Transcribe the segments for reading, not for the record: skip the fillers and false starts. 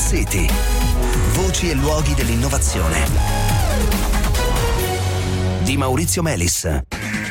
City. Voci e luoghi dell'innovazione. Di Maurizio Melis.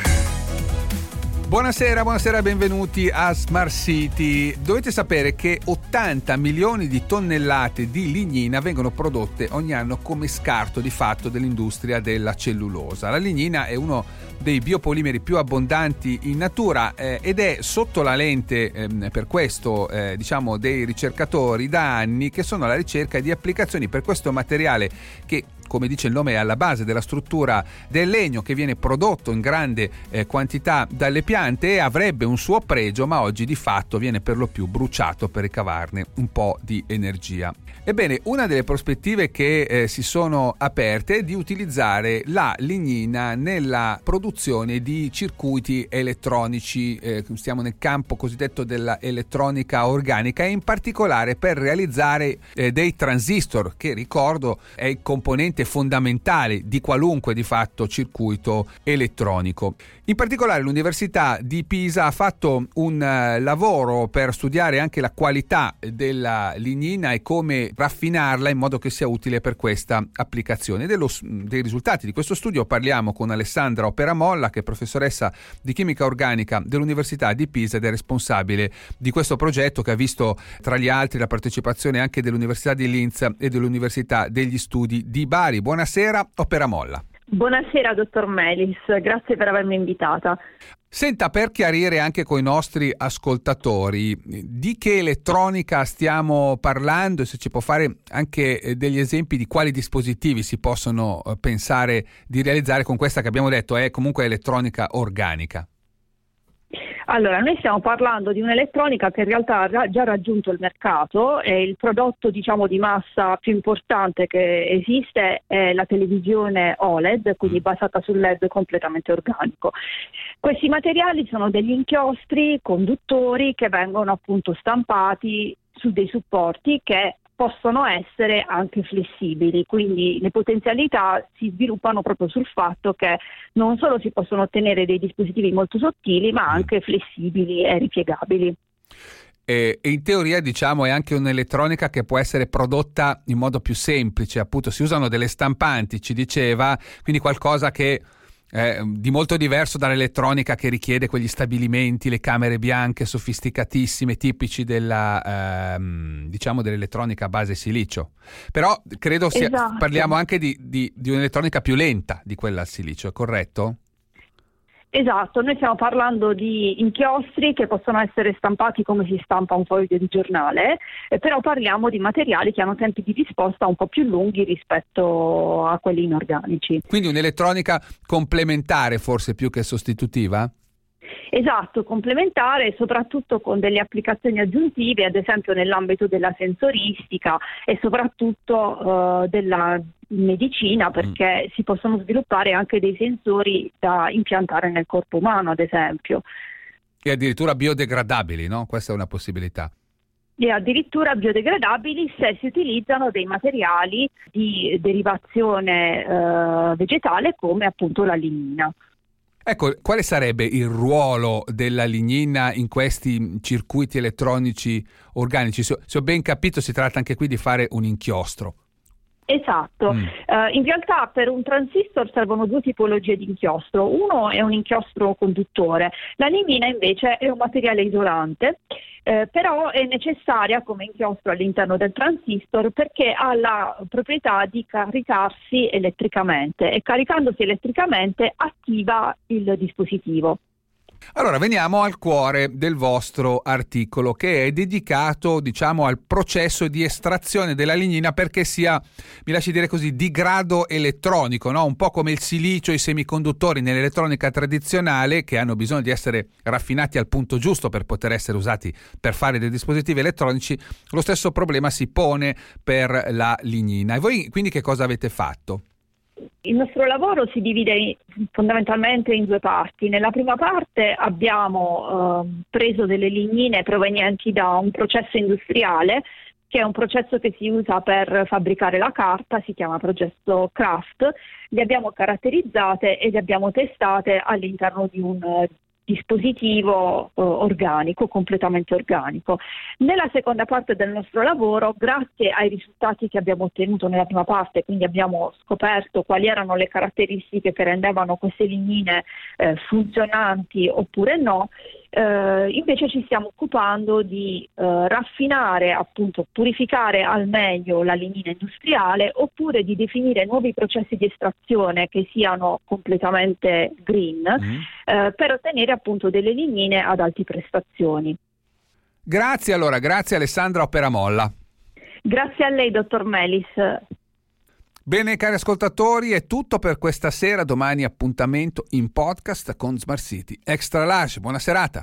Buonasera, benvenuti a Smart City. Dovete sapere che 80 milioni di tonnellate di lignina vengono prodotte ogni anno come scarto di fatto dell'industria della cellulosa. La lignina è uno dei biopolimeri più abbondanti in natura ed è sotto la lente per questo dei ricercatori da anni che sono alla ricerca di applicazioni per questo materiale che, come dice il nome, è alla base della struttura del legno, che viene prodotto in grande quantità dalle piante e avrebbe un suo pregio, ma oggi di fatto viene per lo più bruciato per ricavarne un po' di energia. Ebbene, una delle prospettive che si sono aperte è di utilizzare la lignina nella produzione di circuiti elettronici, stiamo nel campo cosiddetto della elettronica organica, e in particolare per realizzare dei transistor, che ricordo è il componente fondamentale di qualunque di fatto circuito elettronico. In particolare l'Università di Pisa ha fatto un lavoro per studiare anche la qualità della lignina e come raffinarla in modo che sia utile per questa applicazione. Dei risultati di questo studio parliamo con Alessandra Operamolla, che è professoressa di chimica organica dell'Università di Pisa ed è responsabile di questo progetto, che ha visto tra gli altri la partecipazione anche dell'Università di Linz e dell'Università degli Studi di Bari. Buonasera Operamolla. Buonasera dottor Melis, grazie per avermi invitata. Senta, per chiarire anche con i nostri ascoltatori di che elettronica stiamo parlando e se ci può fare anche degli esempi di quali dispositivi si possono pensare di realizzare con questa che abbiamo detto è comunque elettronica organica. Allora, noi stiamo parlando di un'elettronica che in realtà ha già raggiunto il mercato e il prodotto, di massa più importante che esiste è la televisione OLED, quindi basata sul LED completamente organico. Questi materiali sono degli inchiostri conduttori che vengono appunto stampati su dei supporti che possono essere anche flessibili, quindi le potenzialità si sviluppano proprio sul fatto che non solo si possono ottenere dei dispositivi molto sottili, ma anche flessibili e ripiegabili. E in teoria è anche un'elettronica che può essere prodotta in modo più semplice, appunto si usano delle stampanti, ci diceva, quindi qualcosa che di molto diverso dall'elettronica che richiede quegli stabilimenti, le camere bianche sofisticatissime tipici dell'elettronica a base silicio. Però credo parliamo anche di un'elettronica più lenta di quella al silicio, è corretto? Esatto, noi stiamo parlando di inchiostri che possono essere stampati come si stampa un foglio di giornale, però parliamo di materiali che hanno tempi di risposta un po' più lunghi rispetto a quelli inorganici. Quindi un'elettronica complementare forse più che sostitutiva? Esatto, complementare, soprattutto con delle applicazioni aggiuntive, ad esempio nell'ambito della sensoristica e soprattutto della medicina, perché si possono sviluppare anche dei sensori da impiantare nel corpo umano, ad esempio. E addirittura biodegradabili, no? Questa è una possibilità. E addirittura biodegradabili se si utilizzano dei materiali di derivazione vegetale come appunto la lignina. Ecco, quale sarebbe il ruolo della lignina in questi circuiti elettronici organici? Se ho ben capito, si tratta anche qui di fare un inchiostro. Esatto, in realtà per un transistor servono due tipologie di inchiostro. Uno è un inchiostro conduttore, la lignina invece è un materiale isolante, però è necessaria come inchiostro all'interno del transistor perché ha la proprietà di caricarsi elettricamente e caricandosi elettricamente attiva il dispositivo. Allora, veniamo al cuore del vostro articolo, che è dedicato, al processo di estrazione della lignina perché sia, mi lasci dire così, di grado elettronico, no? Un po' come il silicio e i semiconduttori nell'elettronica tradizionale, che hanno bisogno di essere raffinati al punto giusto per poter essere usati per fare dei dispositivi elettronici, lo stesso problema si pone per la lignina. E voi quindi che cosa avete fatto? Il nostro lavoro si divide fondamentalmente in due parti. Nella prima parte abbiamo preso delle lignine provenienti da un processo industriale, che è un processo che si usa per fabbricare la carta, si chiama processo Craft. Le abbiamo caratterizzate e le abbiamo testate all'interno di un dispositivo organico, completamente organico. Nella seconda parte del nostro lavoro, grazie ai risultati che abbiamo ottenuto nella prima parte, quindi abbiamo scoperto quali erano le caratteristiche che rendevano queste lignine funzionanti oppure no, invece ci stiamo occupando di raffinare, appunto purificare al meglio la lignina industriale, oppure di definire nuovi processi di estrazione che siano completamente green, per ottenere appunto delle lignine ad alte prestazioni. Grazie Alessandra Operamolla. Grazie a lei, dottor Melis. Bene, cari ascoltatori, è tutto per questa sera. Domani appuntamento in podcast con Smart City Extra Large. Buona serata.